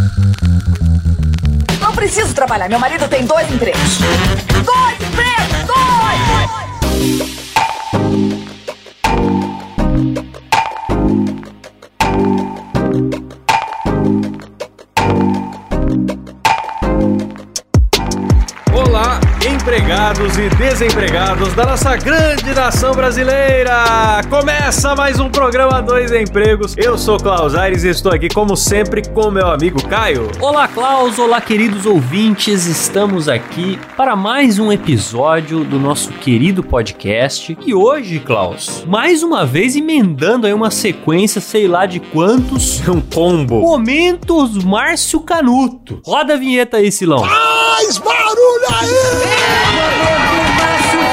Não preciso trabalhar, meu marido tem 2 empregos. 2 empregos! 2! Olá, empregados e desempregados da nossa grande nação brasileira! Começa mais um programa 2 Empregos. Eu sou Klaus Aires e estou aqui, como sempre, com meu amigo Caio. Olá, Klaus! Olá, queridos ouvintes! Estamos aqui para mais um episódio do nosso querido podcast. E hoje, Klaus, mais uma vez emendando aí uma sequência, sei lá de quantos... Um combo. Momentos Márcio Canuto. Roda a vinheta aí, Silão. Mais barulho aí! Márcio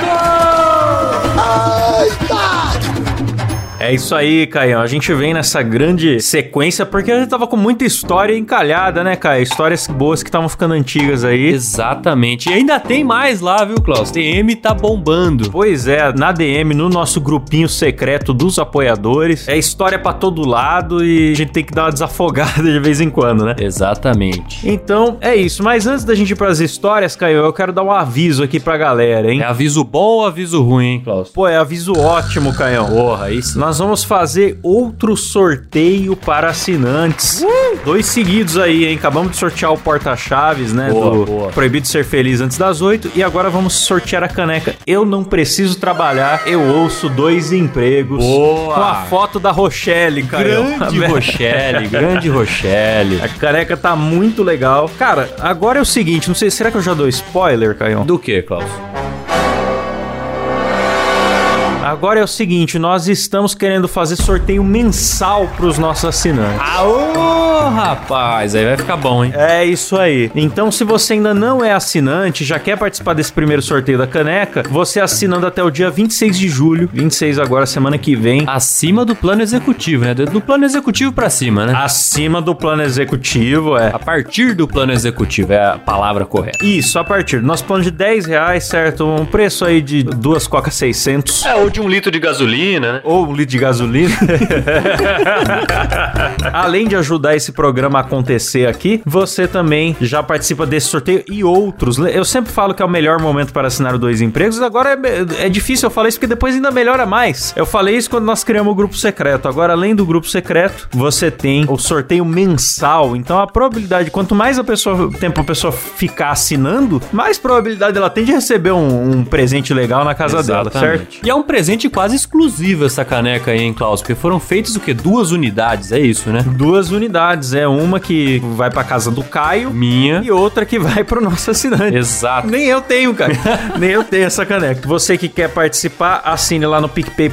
Canuto! Eita! É isso aí, Caião. A gente vem nessa grande sequência porque a gente tava com muita história encalhada, né, Caio? Histórias boas que estavam ficando antigas aí. Exatamente. E ainda tem mais lá, viu, Klaus? DM tá bombando. Pois é, na DM, no nosso grupinho secreto dos apoiadores. É história pra todo lado e a gente tem que dar uma desafogada de vez em quando, né? Exatamente. Então, é isso. Mas antes da gente ir pras histórias, Caio, eu quero dar um aviso aqui pra galera, hein? É aviso bom ou aviso ruim, hein, Klaus? Pô, é aviso ótimo, Caião. Porra, isso. Nós vamos fazer outro sorteio para assinantes. 2 seguidos aí, hein? Acabamos de sortear o porta-chaves, né? Boa. Proibido Ser Feliz antes das 8. E agora vamos sortear a caneca Eu Não Preciso Trabalhar, Eu Ouço 2 Empregos. Boa. Com a foto da Rochelle, Caio. Grande Rochelle. A caneca tá muito legal. Cara, agora é o seguinte, não sei, será que eu já dou spoiler, Caio? Do que, Klaus? Agora é o seguinte, nós estamos querendo fazer sorteio mensal pros nossos assinantes. Aô, rapaz, aí vai ficar bom, hein? É isso aí. Então, se você ainda não é assinante, já quer participar desse primeiro sorteio da caneca, você assinando até o dia 26 de julho, 26 agora, semana que vem. Acima do plano executivo, né? Do plano executivo pra cima, né? Acima do plano executivo, é. A partir do plano executivo é a palavra correta. Isso, a partir. Nosso plano de R$10, certo? Um preço aí de 2 Coca 600. É, ou de 1 litro de gasolina, né? Ou 1 litro de gasolina. Além de ajudar esse programa a acontecer aqui, você também já participa desse sorteio e outros. Eu sempre falo que é o melhor momento para assinar o 2 Empregos. Agora é difícil eu falar isso porque depois ainda melhora mais. Eu falei isso quando nós criamos o grupo secreto. Agora, além do grupo secreto, você tem o sorteio mensal. Então, a probabilidade, quanto mais tempo a pessoa ficar assinando, mais probabilidade ela tem de receber um presente legal na casa dela, certo? E é um presente quase exclusivo essa caneca aí, hein, Klaus? Porque foram feitas o quê? 2 unidades, é isso, né? 2 unidades, é uma que vai pra casa do Caio, minha, e outra que vai pro nosso assinante. Exato. Nem eu tenho, cara. Nem eu tenho essa caneca. Você que quer participar, assine lá no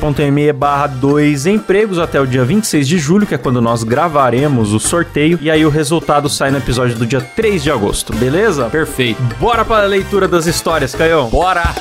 picpay.me/2 empregos até o dia 26 de julho, que é quando nós gravaremos o sorteio, e aí o resultado sai no episódio do dia 3 de agosto, beleza? Perfeito. Bora pra leitura das histórias, Caião. Bora!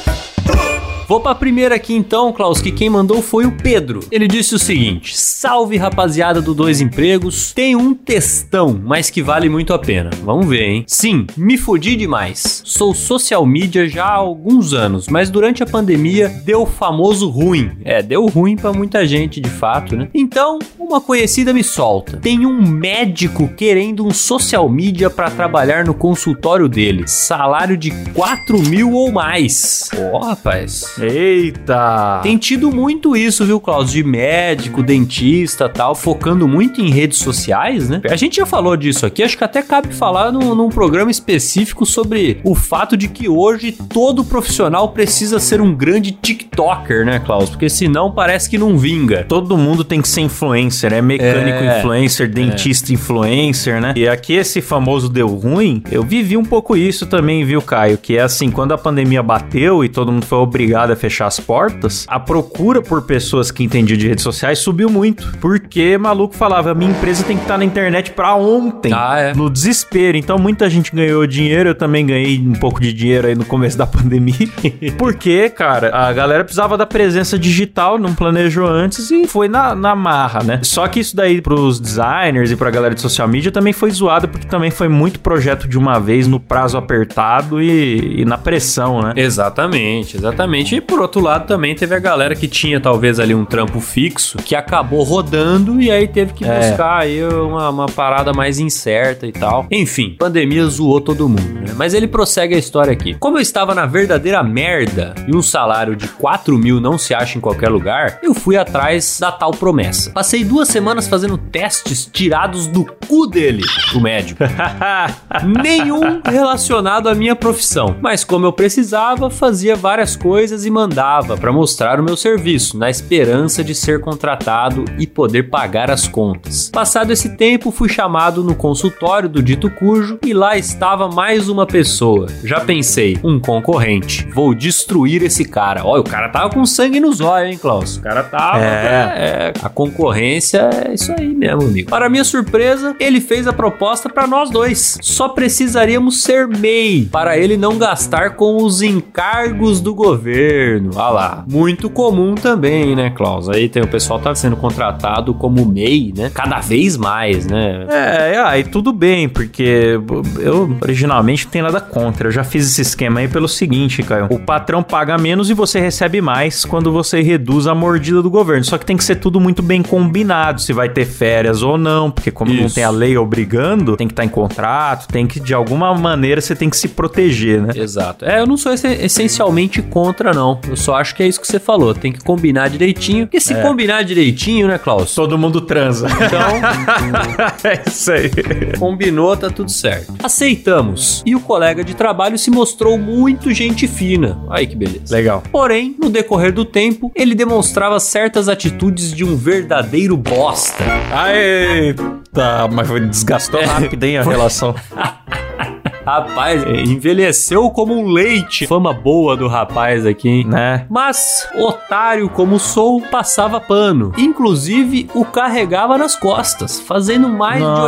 Vou pra primeira aqui então, Klaus, que quem mandou foi o Pedro. Ele disse o seguinte: salve rapaziada do 2 Empregos, tem um textão, mas que vale muito a pena. Vamos ver, hein? Sim, me fodi demais. Sou social media já há alguns anos, mas durante a pandemia deu o famoso ruim. Deu ruim pra muita gente, de fato, né? Então, uma conhecida me solta. Tem um médico querendo um social media pra trabalhar no consultório dele. Salário de 4 mil ou mais. Ó, rapaz. Eita! Tem tido muito isso, viu, Klaus? De médico, dentista, tal, focando muito em redes sociais, né? A gente já falou disso aqui, acho que até cabe falar num programa específico sobre o fato de que hoje todo profissional precisa ser um grande TikToker, né, Klaus? Porque senão parece que não vinga. Todo mundo tem que ser influencer, né? Mecânico influencer, dentista influencer, né? E aqui esse famoso deu ruim, eu vivi um pouco isso também, viu, Caio? Que é assim, quando a pandemia bateu e todo mundo foi obrigado a fechar as portas, a procura por pessoas que entendiam de redes sociais subiu muito. Porque maluco falava, minha empresa tem que estar na internet pra ontem. No desespero. Então muita gente ganhou dinheiro, eu também ganhei um pouco de dinheiro aí no começo da pandemia. Porque, cara, a galera precisava da presença digital, não planejou antes e foi na marra, né? Só que isso daí pros designers e pra galera de social media também foi zoado, porque também foi muito projeto de uma vez, no prazo apertado e na pressão, né? Exatamente. E por outro lado também teve a galera que tinha talvez ali um trampo fixo, que acabou rodando e aí teve que buscar aí uma parada mais incerta e tal. Enfim, pandemia zoou todo mundo, né? Mas ele prossegue a história aqui. Como eu estava na verdadeira merda e um salário de 4 mil não se acha em qualquer lugar, eu fui atrás da tal promessa. Passei 2 semanas fazendo testes tirados do cu dele, o médico. Nenhum relacionado à minha profissão. Mas como eu precisava, fazia várias coisas e mandava para mostrar o meu serviço, na esperança de ser contratado e poder pagar as contas. Passado esse tempo, fui chamado no consultório do dito cujo e lá estava mais uma pessoa. Já pensei, um concorrente. Vou destruir esse cara. Olha, o cara tava com sangue nos olhos, hein, Klaus? O cara tava... A concorrência é isso aí mesmo, amigo. Para minha surpresa, ele fez a proposta para nós dois. Só precisaríamos ser MEI, para ele não gastar com os encargos do governo. Ah lá. Muito comum também, né, Klaus? Aí tem o pessoal tá sendo contratado como MEI, né? Cada vez mais, né? E tudo bem, porque eu originalmente não tenho nada contra. Eu já fiz esse esquema aí pelo seguinte, Caio. O patrão paga menos e você recebe mais quando você reduz a mordida do governo. Só que tem que ser tudo muito bem combinado, se vai ter férias ou não, porque como não tem a lei obrigando, tem que estar em contrato, tem que, de alguma maneira, você tem que se proteger, né? Exato. Eu não sou essencialmente contra, não. Eu só acho que é isso que você falou. Tem que combinar direitinho. Porque se combinar direitinho, né, Klaus? Todo mundo transa. Então... é isso aí. Combinou, tá tudo certo. Aceitamos. E o colega de trabalho se mostrou muito gente fina. Aí que beleza. Legal. Porém, no decorrer do tempo, ele demonstrava certas atitudes de um verdadeiro bosta. Eita, mas desgastou rápido, hein, a relação. Rapaz, envelheceu como um leite. Fama boa do rapaz aqui, hein? Né? Mas, otário como sou, passava pano. Inclusive, o carregava nas costas, fazendo mais de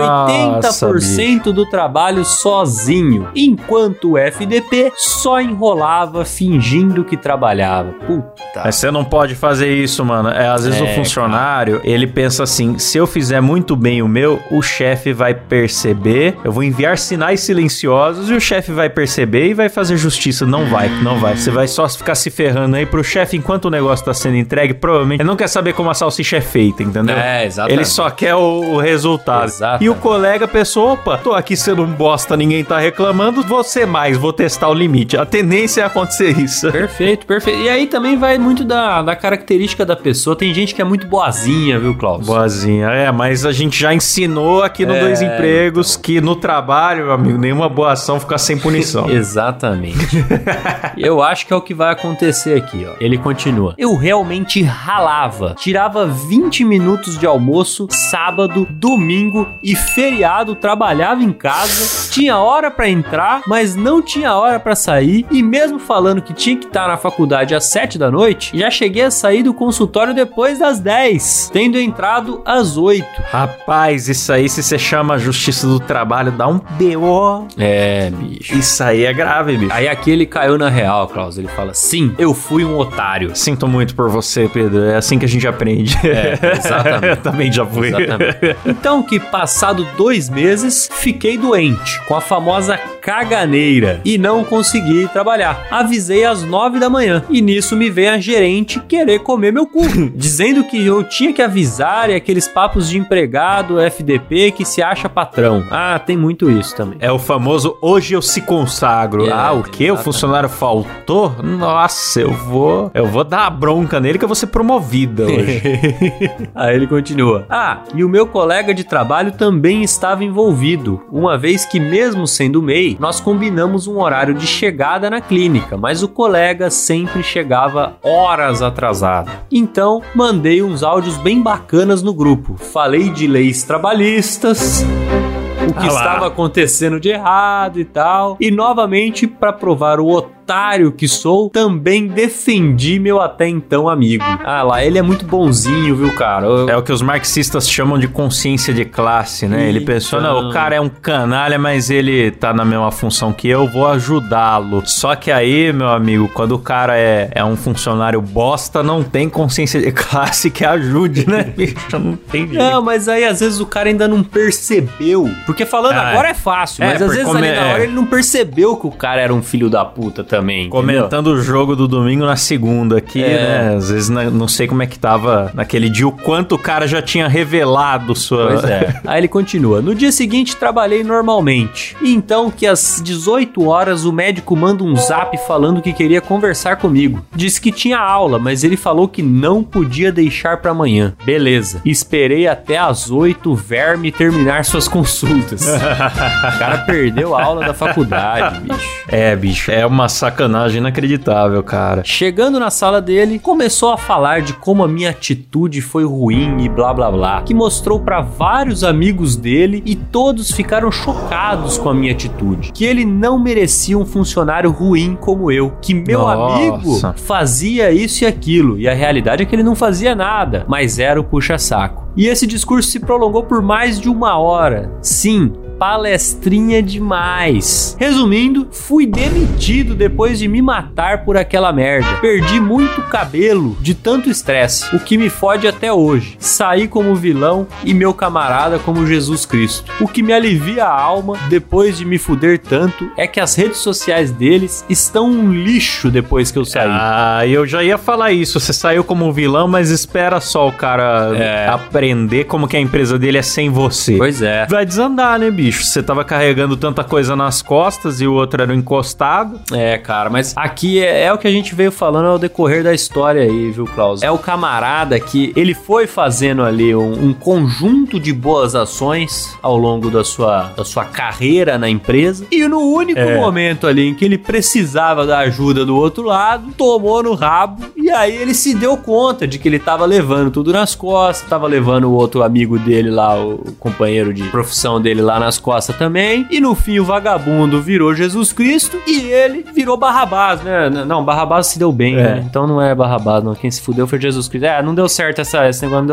80% do trabalho sozinho. Enquanto o FDP só enrolava fingindo que trabalhava. Puta. Mas você não pode fazer isso, mano. Às vezes o funcionário, ele pensa assim, se eu fizer muito bem o meu, o chefe vai perceber, eu vou enviar sinais silenciosos e o chefe vai perceber e vai fazer justiça. Não vai. Você vai só ficar se ferrando aí pro chefe enquanto o negócio tá sendo entregue. Provavelmente ele não quer saber como a salsicha é feita, entendeu? Exatamente. Ele só quer o resultado. Exatamente. E o colega pensou, opa, tô aqui sendo um bosta, ninguém tá reclamando, vou ser mais, vou testar o limite. A tendência é acontecer isso. Perfeito. E aí também vai muito da característica da pessoa. Tem gente que é muito boazinha, viu, Klaus? Boazinha, mas a gente já ensinou aqui no Dois Empregos que no trabalho, meu amigo, nenhuma boa ação ficar sem punição. Exatamente. Eu acho que é o que vai acontecer aqui, ó. Ele continua. Eu realmente ralava. Tirava 20 minutos de almoço, sábado, domingo e feriado, trabalhava em casa, tinha hora pra entrar, mas não tinha hora pra sair, e mesmo falando que tinha que estar na faculdade às 7 da noite, já cheguei a sair do consultório depois das 10, tendo entrado às 8. Rapaz, isso aí, se você chama a justiça do trabalho, dá um BO. Bicho. Isso aí é grave, bicho. Aí aqui ele caiu na real, Klaus. Ele fala, sim, eu fui um otário. Sinto muito por você, Pedro. É assim que a gente aprende. Exatamente. Eu também já fui. Exatamente. Então que passado 2 meses, fiquei doente, com a famosa caganeira, e não consegui trabalhar. Avisei às 9 da manhã, e nisso me vem a gerente querer comer meu cu, dizendo que eu tinha que avisar, e aqueles papos de empregado FDP que se acha patrão. Tem muito isso também. É o famoso hoje eu se consagro. O quê? Exatamente. O funcionário faltou? Nossa, eu vou dar a bronca nele que eu vou ser promovida hoje. Aí ele continua. E o meu colega de trabalho também estava envolvido, uma vez que mesmo sendo MEI, nós combinamos um horário de chegada na clínica, mas o colega sempre chegava horas atrasado. Então, mandei uns áudios bem bacanas no grupo. Falei de leis trabalhistas, o que estava acontecendo de errado e tal. E novamente, para provar o otário que sou, também defendi meu até então amigo. Ele é muito bonzinho, viu, cara? É o que os marxistas chamam de consciência de classe, né? Ele pensou, não, o cara é um canalha, mas ele tá na mesma função que eu, vou ajudá-lo. Só que aí, meu amigo, quando o cara é um funcionário bosta, não tem consciência de classe que ajude, né, bicho? Não tem jeito. Não, mas aí às vezes o cara ainda não percebeu. Porque falando agora é fácil, mas às vezes ali na hora ele não percebeu que o cara era um filho da puta também. também. Comentando o jogo do domingo na segunda aqui, né? Às vezes não sei como é que tava naquele dia, o quanto o cara já tinha revelado sua... Pois é. Aí ele continua. No dia seguinte, trabalhei normalmente. E então que às 18 horas o médico manda um zap falando que queria conversar comigo. Disse que tinha aula, mas ele falou que não podia deixar pra amanhã. Beleza. Esperei até às 8 o verme terminar suas consultas. O cara perdeu a aula da faculdade, bicho. Bicho, é uma sacanagem inacreditável, cara. Chegando na sala dele, começou a falar de como a minha atitude foi ruim e blá blá blá, que mostrou pra vários amigos dele e todos ficaram chocados com a minha atitude, que ele não merecia um funcionário ruim como eu, que meu amigo fazia isso e aquilo, e a realidade é que ele não fazia nada, mas era o puxa-saco. E esse discurso se prolongou por mais de 1 hora. Sim, palestrinha demais. Resumindo, fui demitido depois de me matar por aquela merda. Perdi muito cabelo de tanto estresse, o que me fode até hoje. Saí como vilão e meu camarada como Jesus Cristo. O que me alivia a alma depois de me fuder tanto é que as redes sociais deles estão um lixo depois que eu saí. Eu já ia falar isso. Você saiu como vilão, mas espera só o cara aprender como que a empresa dele é sem você. Pois é. Vai desandar, né, bicho? Você tava carregando tanta coisa nas costas e o outro era encostado. Cara, mas aqui é o que a gente veio falando ao decorrer da história aí, viu, Klaus? É o camarada que ele foi fazendo ali um conjunto de boas ações ao longo da sua carreira na empresa, e no único momento ali em que ele precisava da ajuda do outro lado, tomou no rabo, e aí ele se deu conta de que ele tava levando tudo nas costas, tava levando o outro amigo dele lá, o companheiro de profissão dele lá nas costas também, e no fim o vagabundo virou Jesus Cristo e ele virou Barrabás, né? Não, Barrabás se deu bem, né? Então não é Barrabás, não. Quem se fudeu foi Jesus Cristo. Não deu certo esse negócio, não deu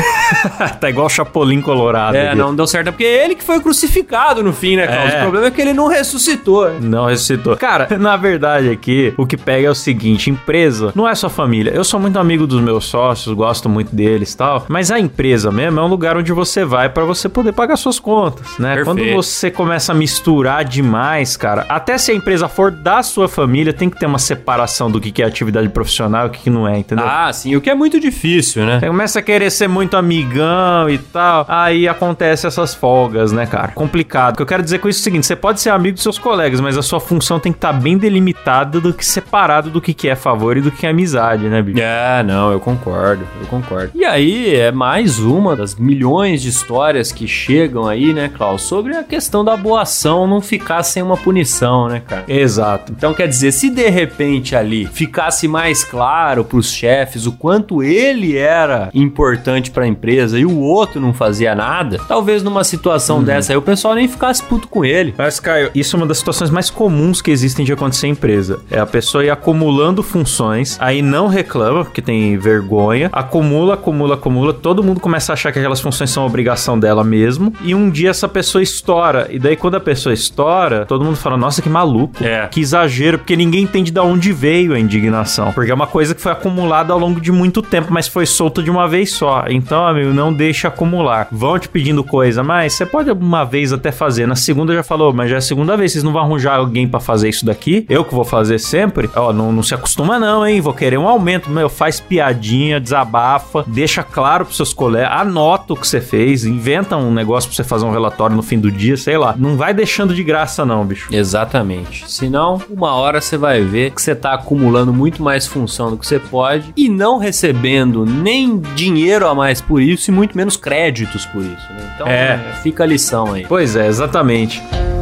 certo. Tá igual o Chapolin Colorado. Não deu certo, porque ele que foi crucificado no fim, né, Klaus? O problema é que ele não ressuscitou. Não ressuscitou. Cara, na verdade aqui, o que pega é o seguinte, empresa não é só família. Eu sou muito amigo dos meus sócios, gosto muito deles e tal, mas a empresa mesmo é um lugar onde você vai pra você poder pagar suas contas, né? Quando você começa a misturar demais, cara, até se a empresa for da sua família, tem que ter uma separação do que é atividade profissional e o que não é, entendeu? Sim, o que é muito difícil, né? Você começa a querer ser muito amigão e tal, aí acontece essas folgas, né, cara? Complicado. O que eu quero dizer com isso é o seguinte, você pode ser amigo dos seus colegas, mas a sua função tem que estar bem delimitada do que separado do que é favor e do que é amizade, né, bicho? Não, eu concordo. E aí, é mais uma das milhões de histórias que chegam aí, né, Klaus, sobre a questão da boa ação não ficar sem uma punição, né, cara? Exato. Então, quer dizer, se de repente ali ficasse mais claro pros chefes o quanto ele era importante pra empresa e o outro não fazia nada, talvez numa situação dessa aí o pessoal nem ficasse puto com ele. Mas, Caio, isso é uma das situações mais comuns que existem de acontecer em empresa. É a pessoa ir acumulando funções, aí não reclama, porque tem vergonha, acumula, todo mundo começa a achar que aquelas funções são obrigação dela mesmo, e um dia essa pessoa estoura, e daí quando a pessoa estoura, todo mundo fala, nossa, que maluco, que exagero, porque ninguém entende de onde veio a indignação, porque é uma coisa que foi acumulada ao longo de muito tempo, mas foi solta de uma vez só. Então, amigo, não deixe acumular. Vão te pedindo coisa, mas você pode uma vez até fazer, na segunda já falou, mas já é a segunda vez, vocês não vão arranjar alguém pra fazer isso daqui, eu que vou fazer sempre, não se acostuma não, hein, vou querer um aumento, faz piadinha, desabafa, deixa claro pros seus colegas, anota o que você fez, inventa um negócio pra você fazer um relatório no fim do dia, sei lá, não vai deixando de graça não, bicho. Exatamente, senão uma hora você vai ver que você tá acumulando muito mais função do que você pode e não recebendo nem dinheiro a mais por isso e muito menos créditos por isso, né? Então fica a lição aí. Pois é, exatamente.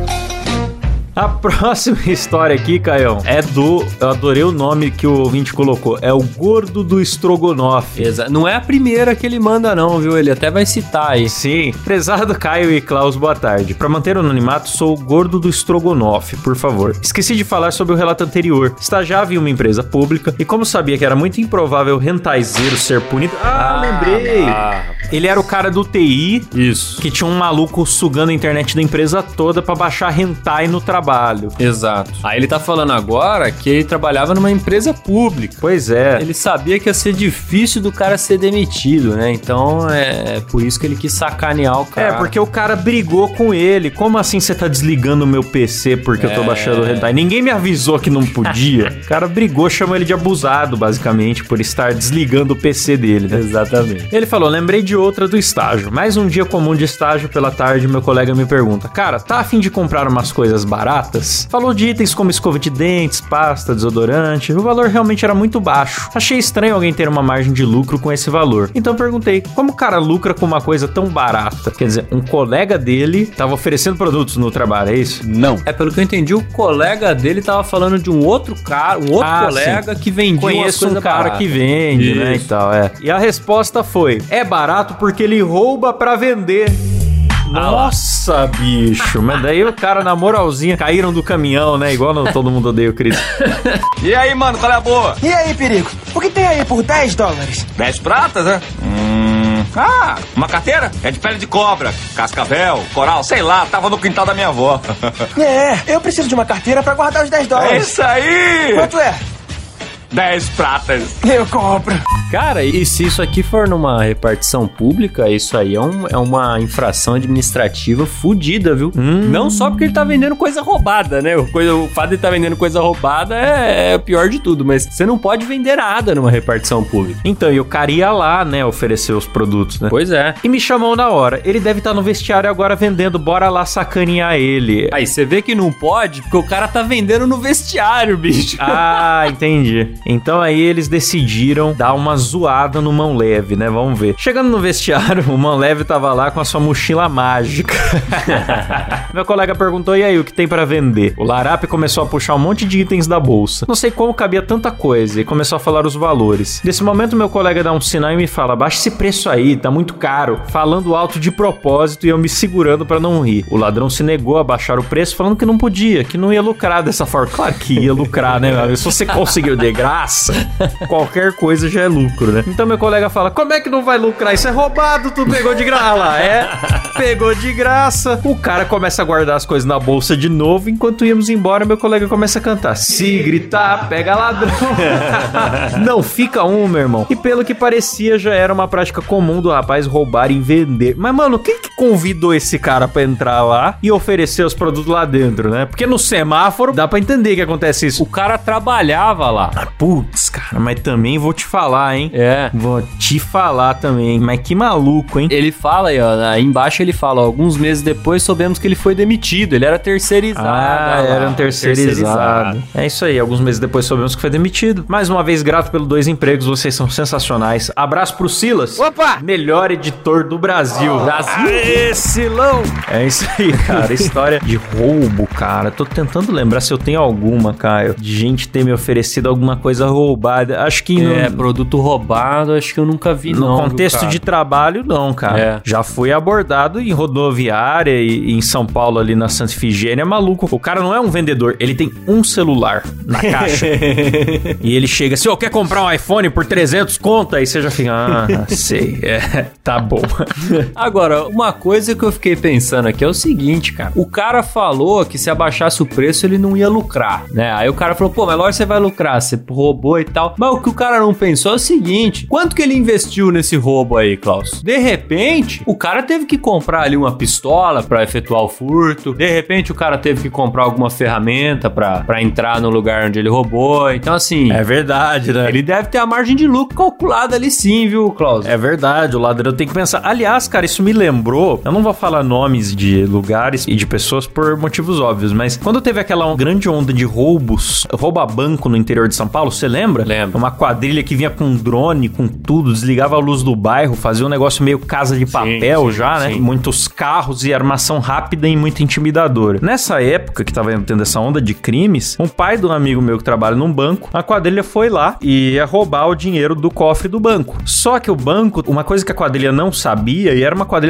A próxima história aqui, Caião, eu adorei o nome que o ouvinte colocou, é o Gordo do Estrogonofe. Não é a primeira que ele manda não, viu? Ele até vai citar aí. Sim. Prezado Caio e Klaus, boa tarde. Para manter o anonimato, sou o Gordo do Estrogonofe, por favor. Esqueci de falar sobre o relato anterior. Estagiava em uma empresa pública e como sabia que era muito improvável rentaizeiro ser punido... lembrei! Ele era o cara do TI. Isso. Que tinha um maluco sugando a internet da empresa toda pra baixar hentai no trabalho trabalho. Exato. Aí ele tá falando agora que ele trabalhava numa empresa pública. Pois é. Ele sabia que ia ser difícil do cara ser demitido, né? Então é por isso que ele quis sacanear o cara. É, porque o cara brigou com ele. Como assim você tá desligando o meu PC porque eu tô baixando o hentai? Ninguém me avisou que não podia. O cara brigou, chamou ele de abusado, basicamente, por estar desligando o PC dele, né? Exatamente. Ele falou, lembrei de outra do estágio. Mais um dia comum de estágio pela tarde, meu colega me pergunta, cara, tá a fim de comprar umas coisas baratas? Falou de itens como escova de dentes, pasta, desodorante. O valor realmente era muito baixo. Achei estranho alguém ter uma margem de lucro com esse valor. Então perguntei, como o cara lucra com uma coisa tão barata? Quer dizer, um colega dele tava oferecendo produtos no trabalho, é isso? Não. É, pelo que eu entendi, o colega dele tava falando de um outro cara, colega que vendia umas coisas baratas. Que vende, isso, né, e tal, E a resposta foi, é barato porque ele rouba pra vender. Nossa, bicho. Mas daí o cara, na moralzinha, caíram do caminhão, né? Igual no Todo Mundo Odeia o Chris. E aí, mano, qual é a boa? E aí, Perico? O que tem aí por $10? 10 pratas, né? Uma carteira? É de pele de cobra, cascavel, coral, sei lá, tava no quintal da minha avó. Eu preciso de uma carteira pra guardar os $10. É isso aí! Quanto é? 10 pratas. Eu compro. Cara, e se isso aqui for numa repartição pública, isso aí é uma infração administrativa fodida, viu? Não só porque ele tá vendendo coisa roubada, né? O fato de ele tá vendendo coisa roubada é o pior de tudo, mas você não pode vender nada numa repartição pública. Então, e o cara ia lá, né, oferecer os produtos, né? Pois é. E me chamou na hora. Ele deve estar no vestiário agora vendendo, bora lá sacanear ele. Aí, você vê que não pode, porque o cara tá vendendo no vestiário, bicho. Ah, entendi. Então aí eles decidiram dar uma zoada no Mão Leve, né? Vamos ver. Chegando no vestiário, o Mão Leve tava lá com a sua mochila mágica. Meu colega perguntou, e aí, o que tem pra vender? O Larápio começou a puxar um monte de itens da bolsa. Não sei como cabia tanta coisa e começou a falar os valores. Nesse momento, meu colega dá um sinal e me fala, baixa esse preço aí, tá muito caro. Falando alto de propósito e eu me segurando pra não rir. O ladrão se negou a baixar o preço, falando que não podia, que não ia lucrar dessa forma. Claro que ia lucrar, né, meu amigo? Se você conseguiu de graça, qualquer coisa já é lucro, né? Então meu colega fala, como é que não vai lucrar? Isso é roubado, tu pegou de graça. Lá, pegou de graça. O cara começa a guardar as coisas na bolsa de novo, enquanto íamos embora, meu colega começa a cantar, se gritar, pega ladrão. Não fica meu irmão. E pelo que parecia, já era uma prática comum do rapaz roubar e vender. Mas, mano, quem que convidou esse cara pra entrar lá e oferecer os produtos lá dentro, né? Porque no semáforo dá pra entender que acontece isso. O cara trabalhava lá. Putz, cara, mas também vou te falar, hein? Vou te falar também. Mas que maluco, hein? Ele fala aí, ó, aí embaixo ele fala, ó, alguns meses depois soubemos que ele foi demitido. Ele era terceirizado. Era um terceirizado. É isso aí, alguns meses depois soubemos que foi demitido. Mais uma vez, grato pelo 2 empregos, vocês são sensacionais. Abraço pro Silas. Opa! Melhor editor do Brasil. Aê, Silão! É isso aí, cara. História de roubo, cara. Tô tentando lembrar se eu tenho alguma, Caio, de gente ter me oferecido alguma coisa roubada. Acho que... produto roubado, acho que eu nunca vi, no contexto de trabalho, não, cara. Já fui abordado em rodoviária e em São Paulo, ali na Santa Ifigênia, maluco. O cara não é um vendedor, ele tem um celular na caixa. E ele chega assim, quer comprar um iPhone por 300 conto? Aí você já fica, sei, tá bom. Agora, uma coisa que eu fiquei pensando aqui é o seguinte, cara. O cara falou que se abaixasse o preço, ele não ia lucrar, né? Aí o cara falou, mas lógico você vai lucrar, você roubou e tal. Mas o que o cara não pensou é o seguinte, quanto que ele investiu nesse roubo aí, Klaus? De repente, o cara teve que comprar ali uma pistola pra efetuar o furto. De repente, o cara teve que comprar alguma ferramenta pra entrar no lugar onde ele roubou. Então, assim... É verdade, né? Ele deve ter a margem de lucro calculada ali sim, viu, Klaus? É verdade, o ladrão tem que pensar. Aliás, cara, isso me lembrou... Eu não vou falar nomes de lugares e de pessoas por motivos óbvios, mas quando teve aquela grande onda de roubos, roubo a banco no interior de São Paulo, você lembra? Lembro. Uma quadrilha que vinha com drone, com tudo, desligava a luz do bairro, fazia um negócio meio casa de papel né? Muitos carros e armação rápida e muito intimidadora. Nessa época que tava tendo essa onda de crimes, um pai de um amigo meu que trabalha num banco, a quadrilha foi lá e ia roubar o dinheiro do cofre do banco. Só que o banco, uma coisa que a quadrilha não sabia, e era uma quadrilha muito preparada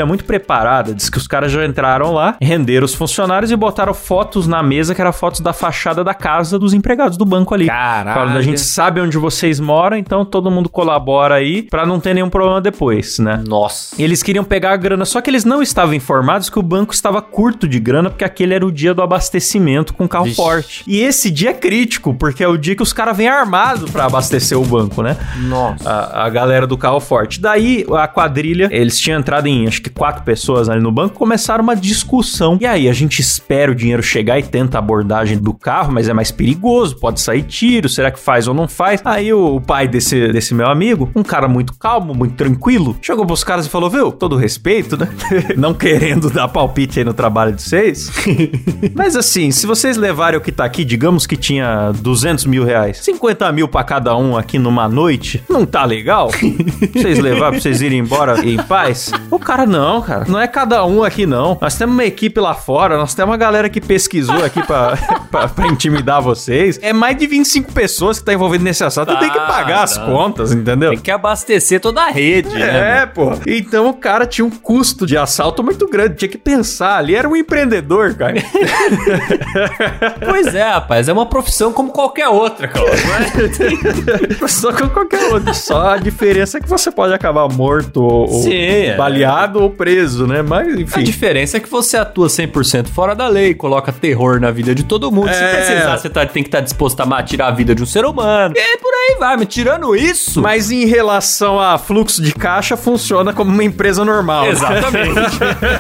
separada. Diz que os caras já entraram lá, renderam os funcionários e botaram fotos na mesa, que era fotos da fachada da casa dos empregados do banco ali. Caralho. A gente sabe onde vocês moram, então todo mundo colabora aí pra não ter nenhum problema depois, né? Nossa. E eles queriam pegar a grana, só que eles não estavam informados que o banco estava curto de grana, porque aquele era o dia do abastecimento com carro forte. E esse dia é crítico, porque é o dia que os caras vêm armados pra abastecer o banco, né? Nossa. A galera do carro forte. Daí, a quadrilha, eles tinham entrado em, acho que 4 pessoas ali no banco, começaram uma discussão. E aí, a gente espera o dinheiro chegar e tenta a abordagem do carro, mas é mais perigoso, pode sair tiro, será que faz ou não faz? Aí, o pai desse meu amigo, um cara muito calmo, muito tranquilo, chegou pros caras e falou, viu, todo respeito, né? Não querendo dar palpite aí no trabalho de vocês. Mas assim, se vocês levarem o que tá aqui, digamos que tinha 200 mil reais, 50 mil pra cada um aqui numa noite, não tá legal? Vocês levar pra vocês irem embora em paz? O cara, não, cara, não é cada um aqui não. Nós temos uma equipe lá fora, nós temos uma galera que pesquisou aqui pra intimidar vocês. É mais de 25 pessoas que tá envolvido nesse assalto, tem que pagar as contas, entendeu? Tem que abastecer toda a rede, né? É, pô. Então o cara tinha um custo de assalto muito grande, tinha que pensar ali, era um empreendedor, cara. Pois é, rapaz, é uma profissão como qualquer outra, cara. Só como qualquer outra. Só a diferença é que você pode acabar morto ou baleado ou preso, né? Mas, enfim. A diferença é que você atua 100% fora da lei, coloca terror na vida de todo mundo. Se precisar, você tem que estar disposto a tirar a vida de um ser humano. E por aí vai, mas tirando isso... Mas em relação a fluxo de caixa, funciona como uma empresa normal. Exatamente.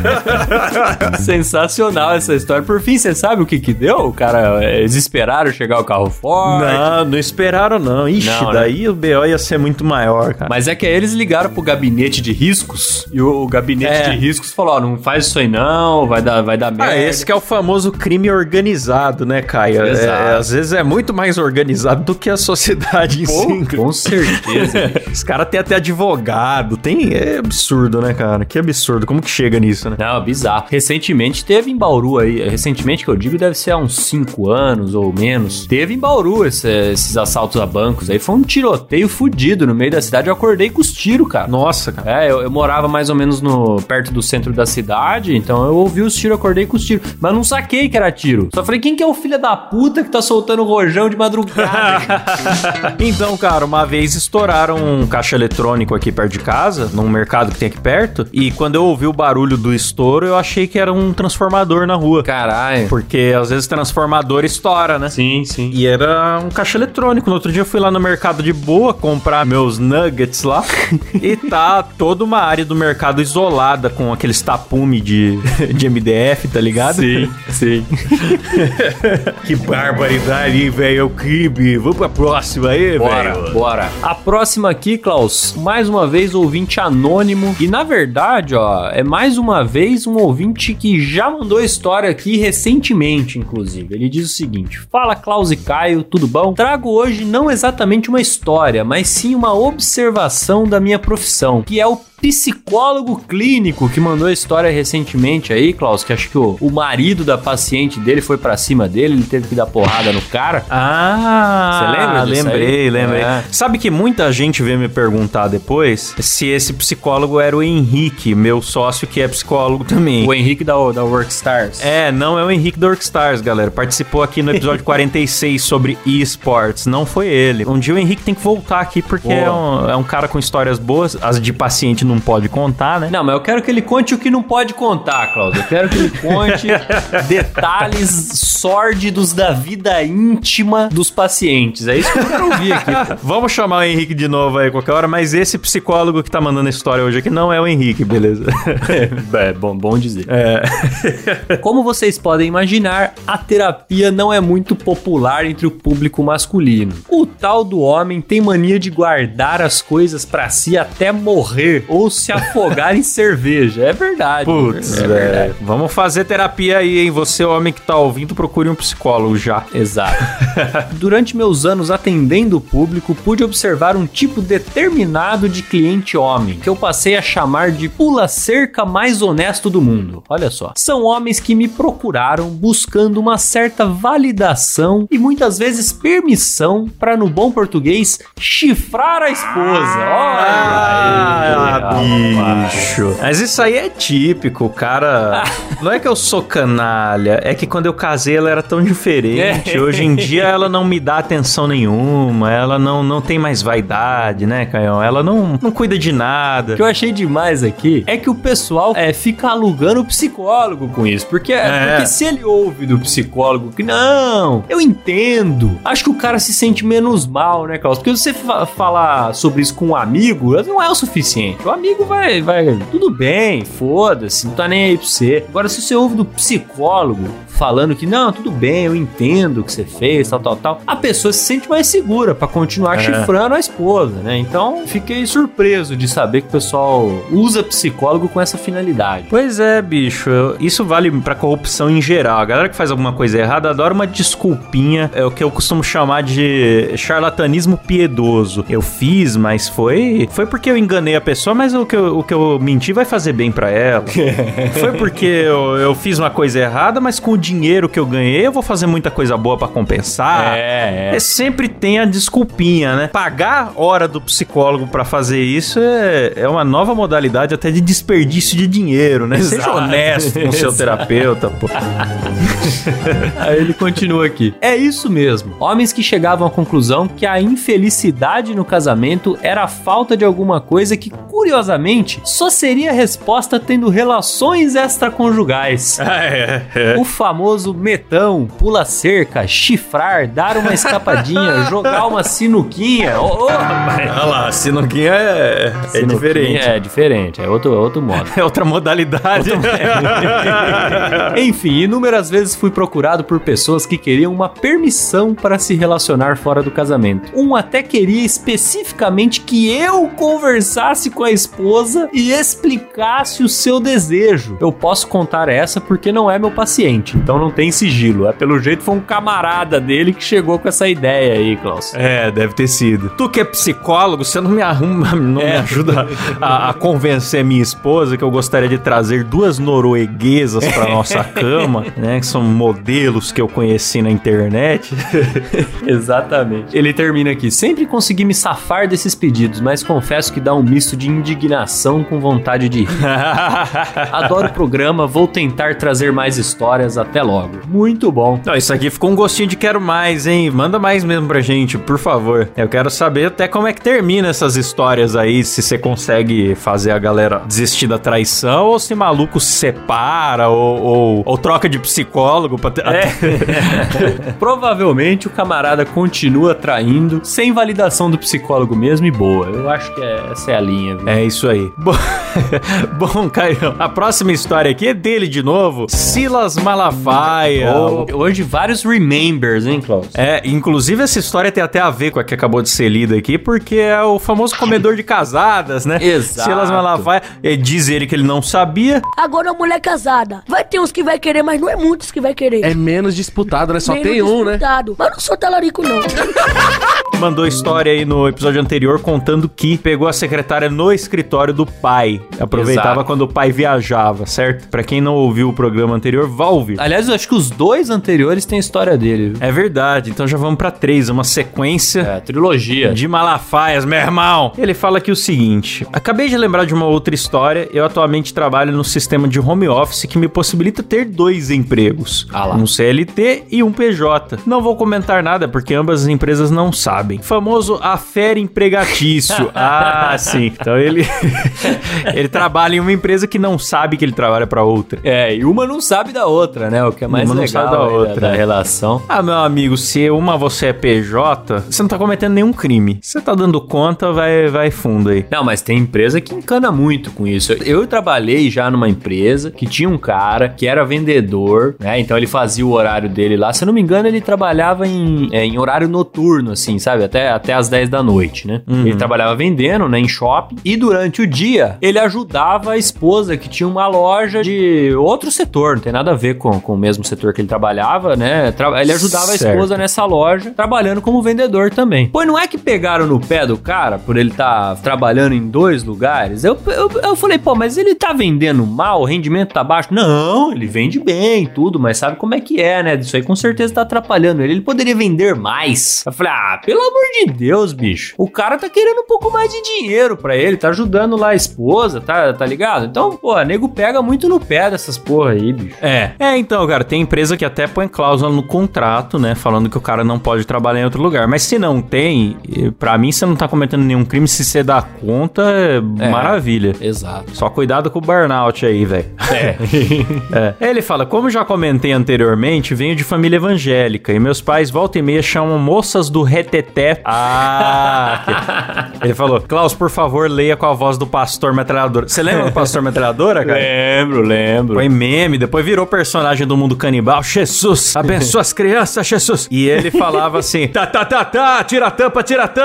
Sensacional essa história. Por fim, você sabe o que deu? O cara, eles esperaram chegar o carro forte? Não esperaram não. Ixi, não, daí né? O BO ia ser muito maior, cara. Mas é que aí eles ligaram pro gabinete de riscos e o gabinete de riscos falou, ó, não faz isso aí não, vai dar merda. Esse que é o famoso crime organizado, né, Caio? Às vezes é muito mais organizado do que a sociedade em si. Com certeza. Os caras têm até advogado, é absurdo, né, cara? Que absurdo, como que chega nisso, né? Não, bizarro. Recentemente teve em Bauru aí, recentemente que eu digo deve ser há uns 5 anos ou menos, teve em Bauru esses assaltos a bancos aí, foi um tiroteio fudido no meio da cidade, eu acordei com os tiros, cara. Nossa, cara. Eu morava mais ou menos perto do centro da cidade, então eu ouvi os tiros, acordei com os tiros, mas não saquei que era tiro. Só falei, quem que é o filho da puta que tá soltando rojão de madrugada? Então, cara, uma vez estouraram um caixa eletrônico aqui perto de casa, num mercado que tem aqui perto, e quando eu ouvi o barulho do estouro, eu achei que era um transformador na rua. Caralho. Porque às vezes transformador estoura, né? Sim, sim. E era um caixa eletrônico. No outro dia eu fui lá no mercado de boa comprar meus nuggets lá e tá toda uma área do mercado isolada com aqueles tapume de MDF, tá ligado? Sim, sim. Que barbaridade, hein, velho? É o crime. Vamos pra próxima aí, velho? Bora. A próxima aqui, Klaus, mais uma vez ouvinte anônimo. E na verdade, ó, é mais uma vez um ouvinte que já mandou história aqui recentemente, inclusive. Ele diz o seguinte: fala, Klaus e Caio, tudo bom? Trago hoje não exatamente uma história, mas sim uma observação da minha profissão, que é o psicólogo clínico que mandou a história recentemente aí, Klaus, que acho que o marido da paciente dele foi pra cima dele, ele teve que dar porrada no cara. Você lembra disso? Lembrei. Sabe que muita gente veio me perguntar depois se esse psicólogo era o Henrique, meu sócio que é psicólogo também. O Henrique da Workstars. Não é o Henrique da Workstars, galera. Participou aqui no episódio 46 sobre eSports, não foi ele. Um dia o Henrique tem que voltar aqui porque é um cara com histórias boas, as de paciente não pode contar, né? Não, mas eu quero que ele conte o que não pode contar, Cláudio. Eu quero que ele conte detalhes sórdidos da vida íntima dos pacientes. É isso que eu quero ouvir aqui. Vamos chamar o Henrique de novo aí qualquer hora, mas esse psicólogo que tá mandando a história hoje aqui não é o Henrique, beleza? Bom dizer. Como vocês podem imaginar, a terapia não é muito popular entre o público masculino. O tal do homem tem mania de guardar as coisas pra si até morrer ou se afogar em cerveja. É verdade. Putz, é verdade. Vamos fazer terapia aí, hein? Você, homem que tá ouvindo, procure um psicólogo já. Exato. Durante meus anos atendendo o público, pude observar um tipo determinado de cliente homem, que eu passei a chamar de pula-cerca mais honesto do mundo. Olha só. São homens que me procuraram buscando uma certa validação e muitas vezes permissão para, no bom português, chifrar a esposa. bicho. Mas isso aí é típico, cara. Não é que eu sou canalha, é que quando eu casei ela era tão diferente. Hoje em dia ela não me dá atenção nenhuma, ela não tem mais vaidade, né, Caião? Ela não cuida de nada. O que eu achei demais aqui é que o pessoal fica alugando o psicólogo com isso. Porque se ele ouve do psicólogo que não, eu entendo. Acho que o cara se sente menos mal, né, Carlos? Porque você falar sobre isso com um amigo não é o suficiente. O amigo vai tudo bem, foda-se, não tá nem aí pra você. Agora, se você ouve do psicólogo falando que não, tudo bem, eu entendo o que você fez, tal, a pessoa se sente mais segura pra continuar chifrando a esposa, né? Então, fiquei surpreso de saber que o pessoal usa psicólogo com essa finalidade. Pois é, bicho, isso vale pra corrupção em geral. A galera que faz alguma coisa errada adora uma desculpinha, é o que eu costumo chamar de charlatanismo piedoso. Eu fiz, mas foi porque eu enganei a pessoa, mas o que eu menti vai fazer bem pra ela. Foi porque eu fiz uma coisa errada, mas com o dinheiro que eu ganhei, eu vou fazer muita coisa boa pra compensar. Sempre tem a desculpinha, né? Pagar hora do psicólogo pra fazer isso é uma nova modalidade até de desperdício de dinheiro, né? Seja honesto com o seu terapeuta, pô. Aí ele continua aqui. É isso mesmo. Homens que chegavam à conclusão que a infelicidade no casamento era a falta de alguma coisa que, curiosamente, só seria resposta tendo relações extraconjugais. O famoso metão, pula cerca, chifrar, dar uma escapadinha, jogar uma sinuquinha. Olha lá, sinuquinha é diferente. É diferente, é outro modo. É outra modalidade. Enfim, inúmeras vezes fui procurado por pessoas que queriam uma permissão para se relacionar fora do casamento. Um até queria especificamente que eu conversasse com a esposa e explicasse o seu desejo. Eu posso contar essa porque não é meu paciente, então não tem sigilo. Pelo jeito foi um camarada dele que chegou com essa ideia aí, Klaus. Deve ter sido. Tu que é psicólogo, você não me ajuda a convencer minha esposa que eu gostaria de trazer 2 norueguesas pra nossa cama, né? Que são modelos que eu conheci na internet. Exatamente. Ele termina aqui. Sempre consegui me safar desses pedidos, mas confesso que dá um misto de indignação com vontade de rir. Adoro o programa, vou tentar trazer mais histórias. Até logo. Muito bom. Não, isso aqui ficou um gostinho de quero mais, hein? Manda mais mesmo pra gente, por favor. Eu quero saber até como é que termina essas histórias aí, se você consegue fazer a galera desistir da traição ou se maluco se separa ou troca de psicólogo pra Provavelmente o camarada continua traindo sem validação do psicólogo mesmo e boa. Eu acho que essa é a linha, viu? É isso aí. Bom, Caio, a próxima história aqui é dele de novo. Silas Malafaia. Hoje vários remembers, hein, Klaus? Inclusive essa história tem até a ver com a que acabou de ser lida aqui, porque é o famoso comedor de casadas, né? Exato. Silas Malafaia, diz ele que ele não sabia. Agora a mulher casada. Vai ter uns que vai querer, mas não é muitos que vai querer. É menos disputado, né? Só tem um, né? Mas não sou talarico, não. Mandou história aí no episódio anterior contando que pegou a secretária no escritório do pai. Aproveitava quando o pai viajava, certo? Pra quem não ouviu o programa anterior, vá ouvir. Aliás, eu acho que os 2 anteriores têm a história dele. É verdade, então já vamos pra 3, uma sequência. Trilogia. De Malafaias, meu irmão. Ele fala aqui o seguinte: acabei de lembrar de uma outra história. Eu atualmente trabalho no sistema de home office que me possibilita ter 2 empregos. Um CLT e um PJ. Não vou comentar nada porque ambas as empresas não sabem. Famoso afere empregatício. Sim. Então ele trabalha em uma empresa que não sabe que ele trabalha pra outra. E uma não sabe da outra, né? O que é mais legal não sabe da outra, da relação. Meu amigo, se você é PJ, você não tá cometendo nenhum crime. Se você tá dando conta, vai fundo aí. Não, mas tem empresa que encana muito com isso. Eu trabalhei já numa empresa que tinha um cara que era vendedor, né? Então ele fazia o horário dele lá. Se eu não me engano, ele trabalhava em horário noturno, assim, sabe? Até as 10 da noite, né? Ele trabalhava vendendo, né? Em shopping. E durante o dia, ele ajudava a esposa que tinha uma loja de outro setor. Não tem nada a ver com o mesmo setor que ele trabalhava, né? Ele ajudava a esposa nessa loja, trabalhando como vendedor também. Pois não é que pegaram no pé do cara por ele estar trabalhando em 2 lugares? Eu falei, mas ele tá vendendo mal? O rendimento tá baixo? Não, ele vende bem, tudo, mas sabe como é que é, né? Isso aí com certeza tá atrapalhando ele. Ele poderia vender mais. Eu falei, pelo amor de Deus, bicho. O cara tá querendo um pouco mais de dinheiro pra ele, tá ajudando lá a esposa, tá ligado? Então, pô, nego pega muito no pé dessas porra aí, bicho. Então, cara, tem empresa que até põe cláusula no contrato, né, falando que o cara não pode trabalhar em outro lugar. Mas se não tem, pra mim, você não tá cometendo nenhum crime, se você dá conta, maravilha. Exato. Só cuidado com o burnout aí, velho. Ele fala, como já comentei anteriormente, venho de família evangélica e meus pais volta e meia chamam moças do reteté. Ele falou, Klaus, por favor, leia com a voz do pastor metralhadora. Você lembra do pastor metralhadora, cara? Lembro. Foi meme, depois virou personagem do mundo canibal. Jesus, abençoa as crianças, Jesus. E ele falava assim, tira a tampa. Tira a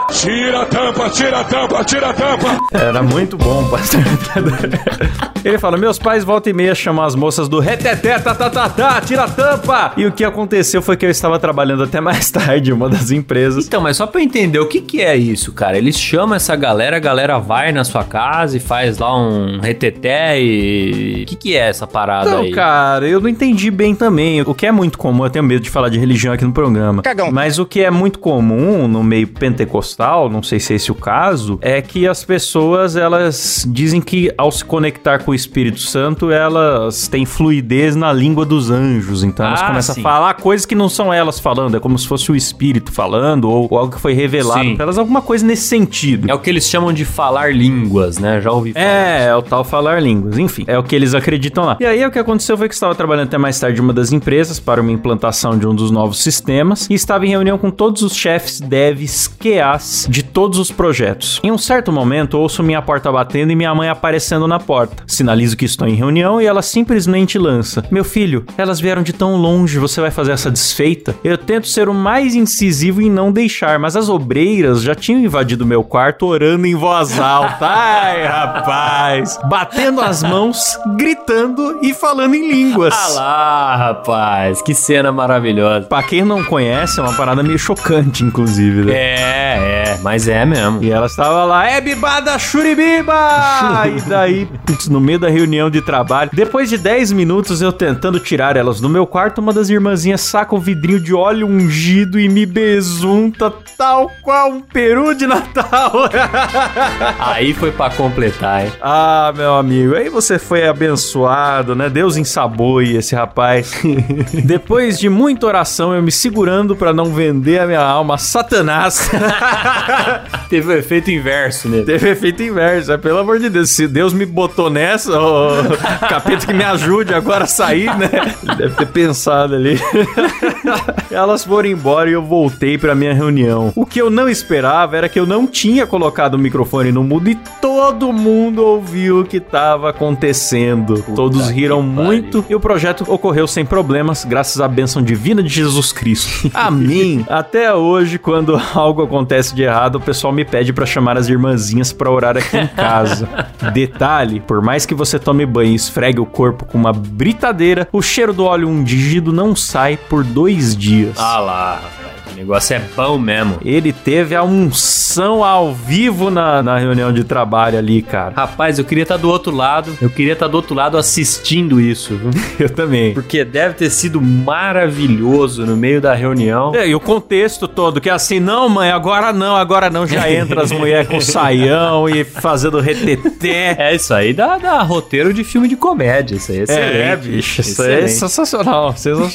tampa. Era muito bom, pastor metralhadora. Ele fala, meus pais volta e meia chamam as moças do reteté, tira a tampa. E o que aconteceu foi que eu estava trabalhando até mais tarde em uma das empresas. Então, mas só pra eu entender, o que é isso, cara? Eles chamam essa galera, a galera vai na sua casa e faz lá um reteté e... O que é essa parada aí? Então, cara, eu não entendi bem também. O que é muito comum, eu tenho medo de falar de religião aqui no programa. Cagão. Mas o que é muito comum no meio pentecostal, não sei se é esse o caso, é que as pessoas, elas dizem que ao se conectar com o Espírito Santo, elas têm fluidez na língua dos anjos. Então elas começam a falar coisas que não são elas falando, é como se fosse o Espírito falando, ou algo que foi revelado pra elas, alguma coisa nesse sentido. É o que eles chamam de falar línguas, né? Já ouvi falar. É o tal falar línguas, enfim, é o que eles acreditam lá. E aí o que aconteceu foi que estava trabalhando até mais tarde em uma das empresas para uma implantação de um dos novos sistemas e estava em reunião com todos os chefes, devs, QAs de todos os projetos. Em um certo momento, ouço minha porta batendo e minha mãe aparecendo na porta. Sinalizo que estou em reunião e ela simplesmente lança: meu filho, elas vieram de tão longe, você vai fazer essa desfeita? Eu tento ser o mais incisivo em não deixar, mas as obreiras já tinham invadido meu quarto orando em voz alta. Ai, rapaz! Batendo as mãos, gritando e falando em línguas. Ah lá, rapaz, que cena maravilhosa. Pra quem não conhece, é uma parada meio chocante, inclusive, né? Mas é mesmo. E ela estava lá, bibada churibiba! E daí, putz, no meio da reunião de trabalho, depois de 10 minutos eu tentando tirar elas do meu quarto, uma das irmãzinhas saca um vidrinho de óleo ungido e me besunta tal qual um peru de Natal. Aí foi pra completar, hein? Ah, meu amigo, aí você foi abençoado, né? Deus ensaboe esse rapaz. Depois de muita oração, eu me segurando pra não vender a minha alma a Satanás. Teve o efeito inverso, né? Teve efeito inverso, pelo amor de Deus. Se Deus me botou nessa, capeta que me ajude agora a sair, né? Deve ter pensado ali. Elas foram embora e eu voltei pra minha reunião. O que eu não esperava era que eu não tinha colocado o microfone no mudo e todo mundo ouviu o que estava acontecendo. Puta, todos riram muito e o projeto ocorreu sem problemas, graças à bênção divina de Jesus Cristo. Amém. Até hoje, quando algo acontece de errado, o pessoal me pede pra chamar as irmãzinhas pra orar aqui em casa. Detalhe, por mais que você tome banho e esfregue o corpo com uma britadeira, o cheiro do óleo ungido não sai por 2 dias. Ah lá, rapaz. O negócio é bom mesmo. Ele teve a unção ao vivo na reunião de trabalho ali, cara. Rapaz, eu queria estar do outro lado. Eu queria estar do outro lado assistindo isso. Eu também. Porque deve ter sido maravilhoso no meio da reunião. E o contexto todo, que é assim, não, mãe, agora não. Já entra as mulheres com saião e fazendo reteté. É, isso aí dá roteiro de filme de comédia. Isso aí é excelente. É, bicho, isso aí é sensacional.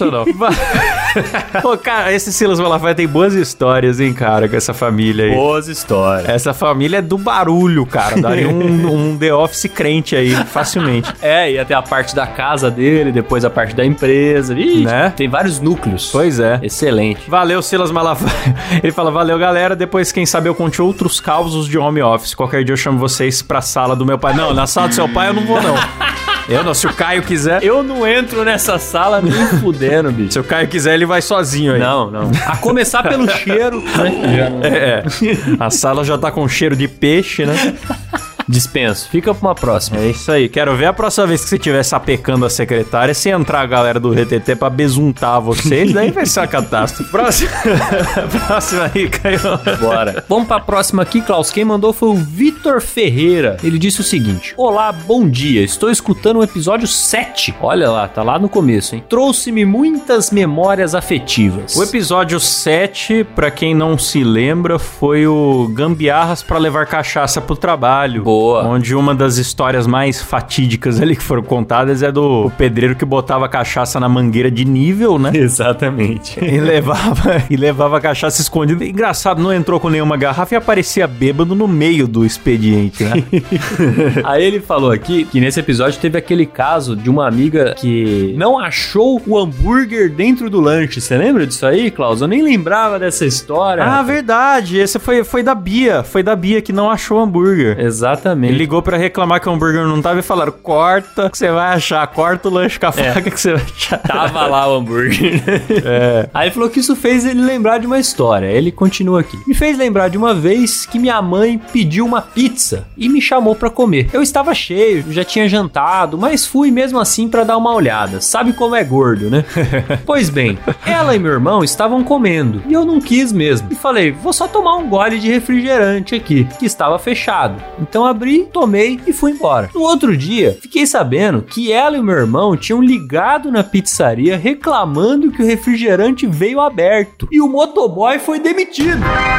Pô, cara, esse Silas Malafaia tem boas histórias, hein, cara, com essa família aí. Boas histórias. Essa família é do barulho, cara. Daria um The Office crente aí, facilmente. É, ia ter a parte da casa dele, depois a parte da empresa. Ih, né? Tem vários núcleos. Pois é. Excelente. Valeu, Silas Malafaia. Ele fala, valeu, galera. Depois, quem sabe, eu conte outros causos de home office. Qualquer dia eu chamo vocês pra sala do meu pai. Não, na sala do seu pai eu não vou, não. Eu não, se o Caio quiser... Eu não entro nessa sala nem fudendo, bicho. Se o Caio quiser, ele vai sozinho aí. Não. A começar pelo cheiro, né? A sala já tá com cheiro de peixe, né? Dispenso. Fica pra uma próxima. É isso aí. Quero ver a próxima vez que você estiver sapecando a secretária, se entrar a galera do RTT pra besuntar vocês, daí vai ser uma catástrofe. Próxima aí, Caio. Bora. Vamos pra próxima aqui, Klaus. Quem mandou foi o Vitor Ferreira. Ele disse o seguinte: olá, bom dia. Estou escutando o episódio 7. Olha lá, tá lá no começo, hein? Trouxe-me muitas memórias afetivas. O episódio 7, pra quem não se lembra, foi o Gambiarras pra levar cachaça pro trabalho. Boa. Onde uma das histórias mais fatídicas ali que foram contadas é do pedreiro que botava cachaça na mangueira de nível, né? Exatamente. E levava a cachaça escondida. Engraçado, não entrou com nenhuma garrafa e aparecia bêbado no meio do expediente, né? Aí ele falou aqui que nesse episódio teve aquele caso de uma amiga que não achou o hambúrguer dentro do lanche. Você lembra disso aí, Klaus? Eu nem lembrava dessa história. Ah, verdade. Esse foi da Bia. Foi da Bia que não achou o hambúrguer. Exatamente. Ele ligou pra reclamar que o hambúrguer não tava e falaram: corta que você vai achar. Corta o lanche com a faca que você vai achar. Tava lá o hambúrguer. Aí ele falou que isso fez ele lembrar de uma história. Ele continua aqui. Me fez lembrar de uma vez que minha mãe pediu uma pizza e me chamou pra comer. Eu estava cheio, já tinha jantado, mas fui mesmo assim pra dar uma olhada. Sabe como é gordo, né? Pois bem, ela e meu irmão estavam comendo e eu não quis mesmo. E falei, vou só tomar um gole de refrigerante aqui, que estava fechado. Então abri, tomei e fui embora. No outro dia, fiquei sabendo que ela e meu irmão tinham ligado na pizzaria reclamando que o refrigerante veio aberto e o motoboy foi demitido.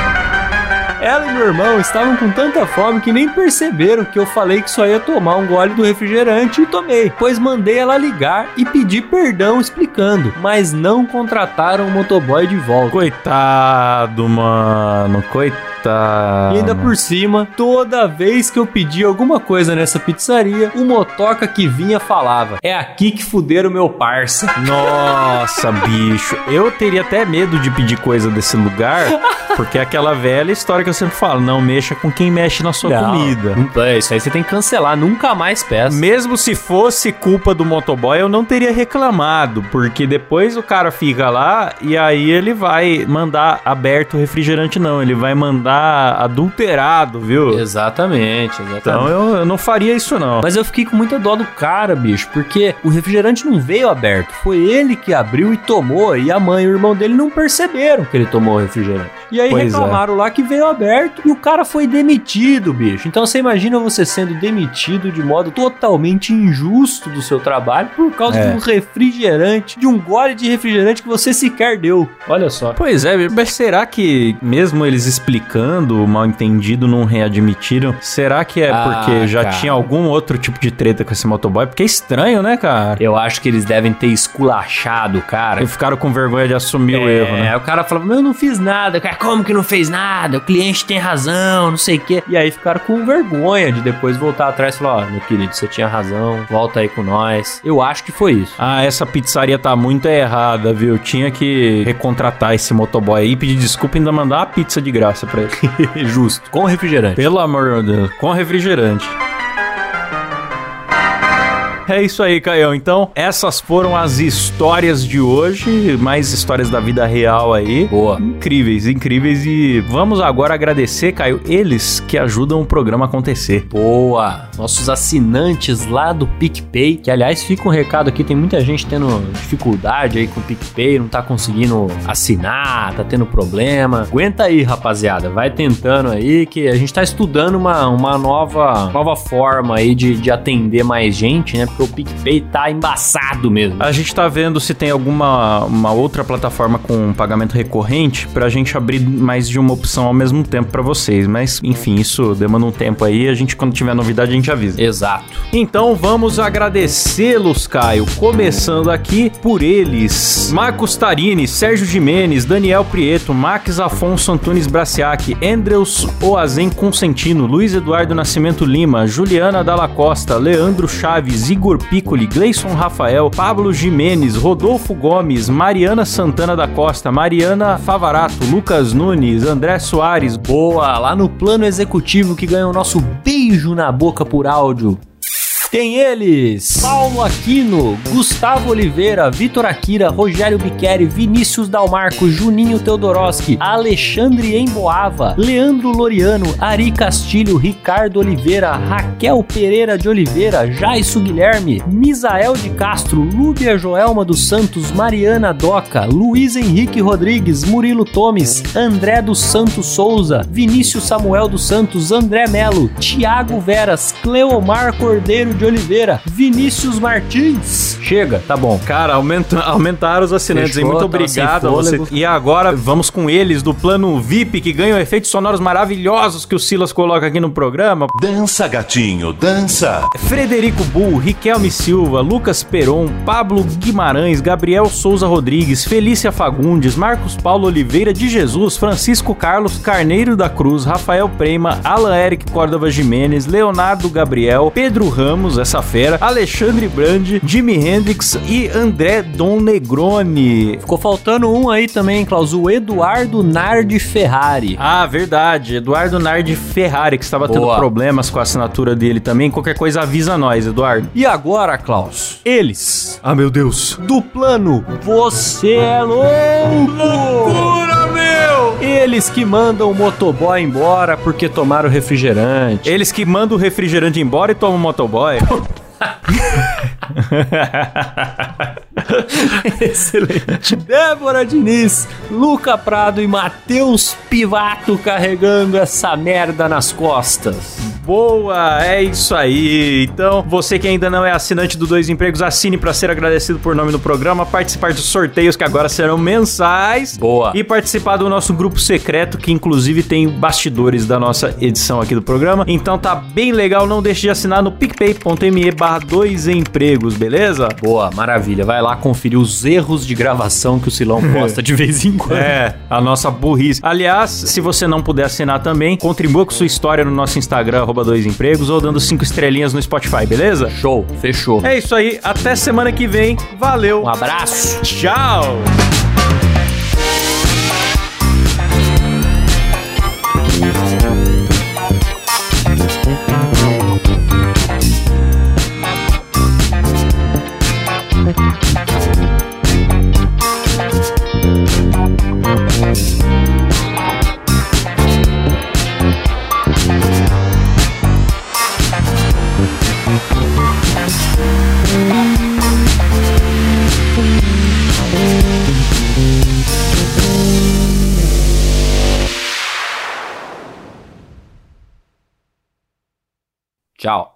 Ela e meu irmão estavam com tanta fome que nem perceberam que eu falei que só ia tomar um gole do refrigerante e tomei, pois mandei ela ligar e pedir perdão explicando, mas não contrataram o motoboy de volta. Coitado, mano, coitado. E ainda por cima, toda vez que eu pedia alguma coisa nessa pizzaria, o motoca que vinha falava: é aqui que fuderam meu parça. Nossa, bicho. Eu teria até medo de pedir coisa desse lugar, porque é aquela velha história que eu sempre falo: não mexa com quem mexe na sua comida. Isso aí você tem que cancelar, nunca mais peça. Mesmo se fosse culpa do motoboy, eu não teria reclamado, porque depois o cara fica lá e aí ele vai mandar aberto o refrigerante, não. Ele vai mandar adulterado, viu? Exatamente. Então eu não faria isso, não. Mas eu fiquei com muita dó do cara, bicho, porque o refrigerante não veio aberto. Foi ele que abriu e tomou, e a mãe e o irmão dele não perceberam que ele tomou o refrigerante. E aí reclamaram lá que veio aberto e o cara foi demitido, bicho. Então você imagina você sendo demitido de modo totalmente injusto do seu trabalho por causa de um refrigerante, de um gole de refrigerante que você sequer deu. Olha só. Pois é, mas será que mesmo eles explicando o mal entendido não readmitiram? Será que é porque já tinha algum outro tipo de treta com esse motoboy? Porque é estranho, né, cara? Eu acho que eles devem ter esculachado o cara. E ficaram com vergonha de assumir o erro, né? O cara falava, eu não fiz nada. Cara, como que não fez nada? O cliente tem razão, não sei o quê. E aí ficaram com vergonha de depois voltar atrás e falar, meu querido, você tinha razão, volta aí com nós. Eu acho que foi isso. Essa pizzaria tá muito errada, viu? Tinha que recontratar esse motoboy aí, pedir desculpa e ainda mandar uma pizza de graça pra ele. Justo. Com refrigerante. Pelo amor de Deus. Com refrigerante. É isso aí, Caio. Então, essas foram as histórias de hoje. Mais histórias da vida real aí. Boa. Incríveis, incríveis. E vamos agora agradecer, Caio, eles que ajudam o programa a acontecer. Boa. Nossos assinantes lá do PicPay. Que, aliás, fica um recado aqui. Tem muita gente tendo dificuldade aí com o PicPay. Não tá conseguindo assinar. Tá tendo problema. Aguenta aí, rapaziada. Vai tentando aí que a gente tá estudando uma nova forma aí de atender mais gente, né? Porque o PicPay tá embaçado mesmo. A gente tá vendo se tem uma outra plataforma com pagamento recorrente pra gente abrir mais de uma opção ao mesmo tempo pra vocês. Mas, enfim, isso demanda um tempo aí. A gente, quando tiver novidade, a gente avisa. Exato. Então, vamos agradecê-los, Caio. Começando aqui por eles. Marcos Tarini, Sérgio Jimenez, Daniel Prieto, Max Afonso Antunes Braciac, Andreus Oazen Consentino, Luiz Eduardo Nascimento Lima, Juliana Dalla Costa, Leandro Chaves, Igor Piccoli, Gleison Rafael, Pablo Jimenez, Rodolfo Gomes, Mariana Santana da Costa, Mariana Favarato, Lucas Nunes, André Soares. Boa, lá no plano executivo que ganha o nosso beijo na boca por áudio. Tem eles: Paulo Aquino, Gustavo Oliveira, Vitor Akira, Rogério Biqueri, Vinícius Dalmarco, Juninho Teodoroski, Alexandre Emboava, Leandro Loriano, Ari Castilho, Ricardo Oliveira, Raquel Pereira de Oliveira, Jaisso Guilherme, Misael de Castro, Lúbia Joelma dos Santos, Mariana Doca, Luiz Henrique Rodrigues, Murilo Tomes, André dos Santos Souza, Vinícius Samuel dos Santos, André Melo, Tiago Veras, Cleomar Cordeiro de Oliveira, Vinícius Martins. Chega, tá bom. Cara, aumentaram os assinantes. Fechou, Muito obrigado a você. E agora vamos com eles do plano VIP, que ganham efeitos sonoros maravilhosos que o Silas coloca aqui no programa. Dança, gatinho, dança. Frederico Bull, Riquelme Silva, Lucas Peron, Pablo Guimarães, Gabriel Souza Rodrigues, Felícia Fagundes, Marcos Paulo Oliveira de Jesus, Francisco Carlos Carneiro da Cruz, Rafael Prema, Alan Eric Córdova Jimenez, Leonardo Gabriel, Pedro Ramos, essa fera, Alexandre Brandi, Jimi Hendrix e André Dom Negroni. Ficou faltando um aí também, Klaus, o Eduardo Nardi Ferrari. Ah, verdade, Eduardo Nardi Ferrari, que estava tendo problemas com a assinatura dele também. Qualquer coisa avisa nós, Eduardo. E agora, Klaus, eles. Ah, meu Deus. Do plano Você é Louco! Loucura, meu! Eles que mandam o motoboy embora porque tomaram refrigerante. Eles que mandam o refrigerante embora e tomam o motoboy. Excelente. Débora Diniz, Luca Prado e Matheus Pivato carregando essa merda nas costas. Boa, é isso aí. Então, você que ainda não é assinante do Dois Empregos, assine para ser agradecido por nome no programa, participar dos sorteios que agora serão mensais. Boa. E participar do nosso grupo secreto, que inclusive tem bastidores da nossa edição aqui do programa. Então tá bem legal, não deixe de assinar no picpay.me/doisempregos, beleza? Boa, maravilha. Vai lá conferir os erros de gravação que o Silão posta de vez em quando. É, a nossa burrice. Aliás, se você não puder assinar também, contribua com sua história no nosso Instagram, @doisempregos, ou dando 5 estrelinhas no Spotify, beleza? Show, fechou. É isso aí, até semana que vem. Valeu. Um abraço. Tchau. Tchau.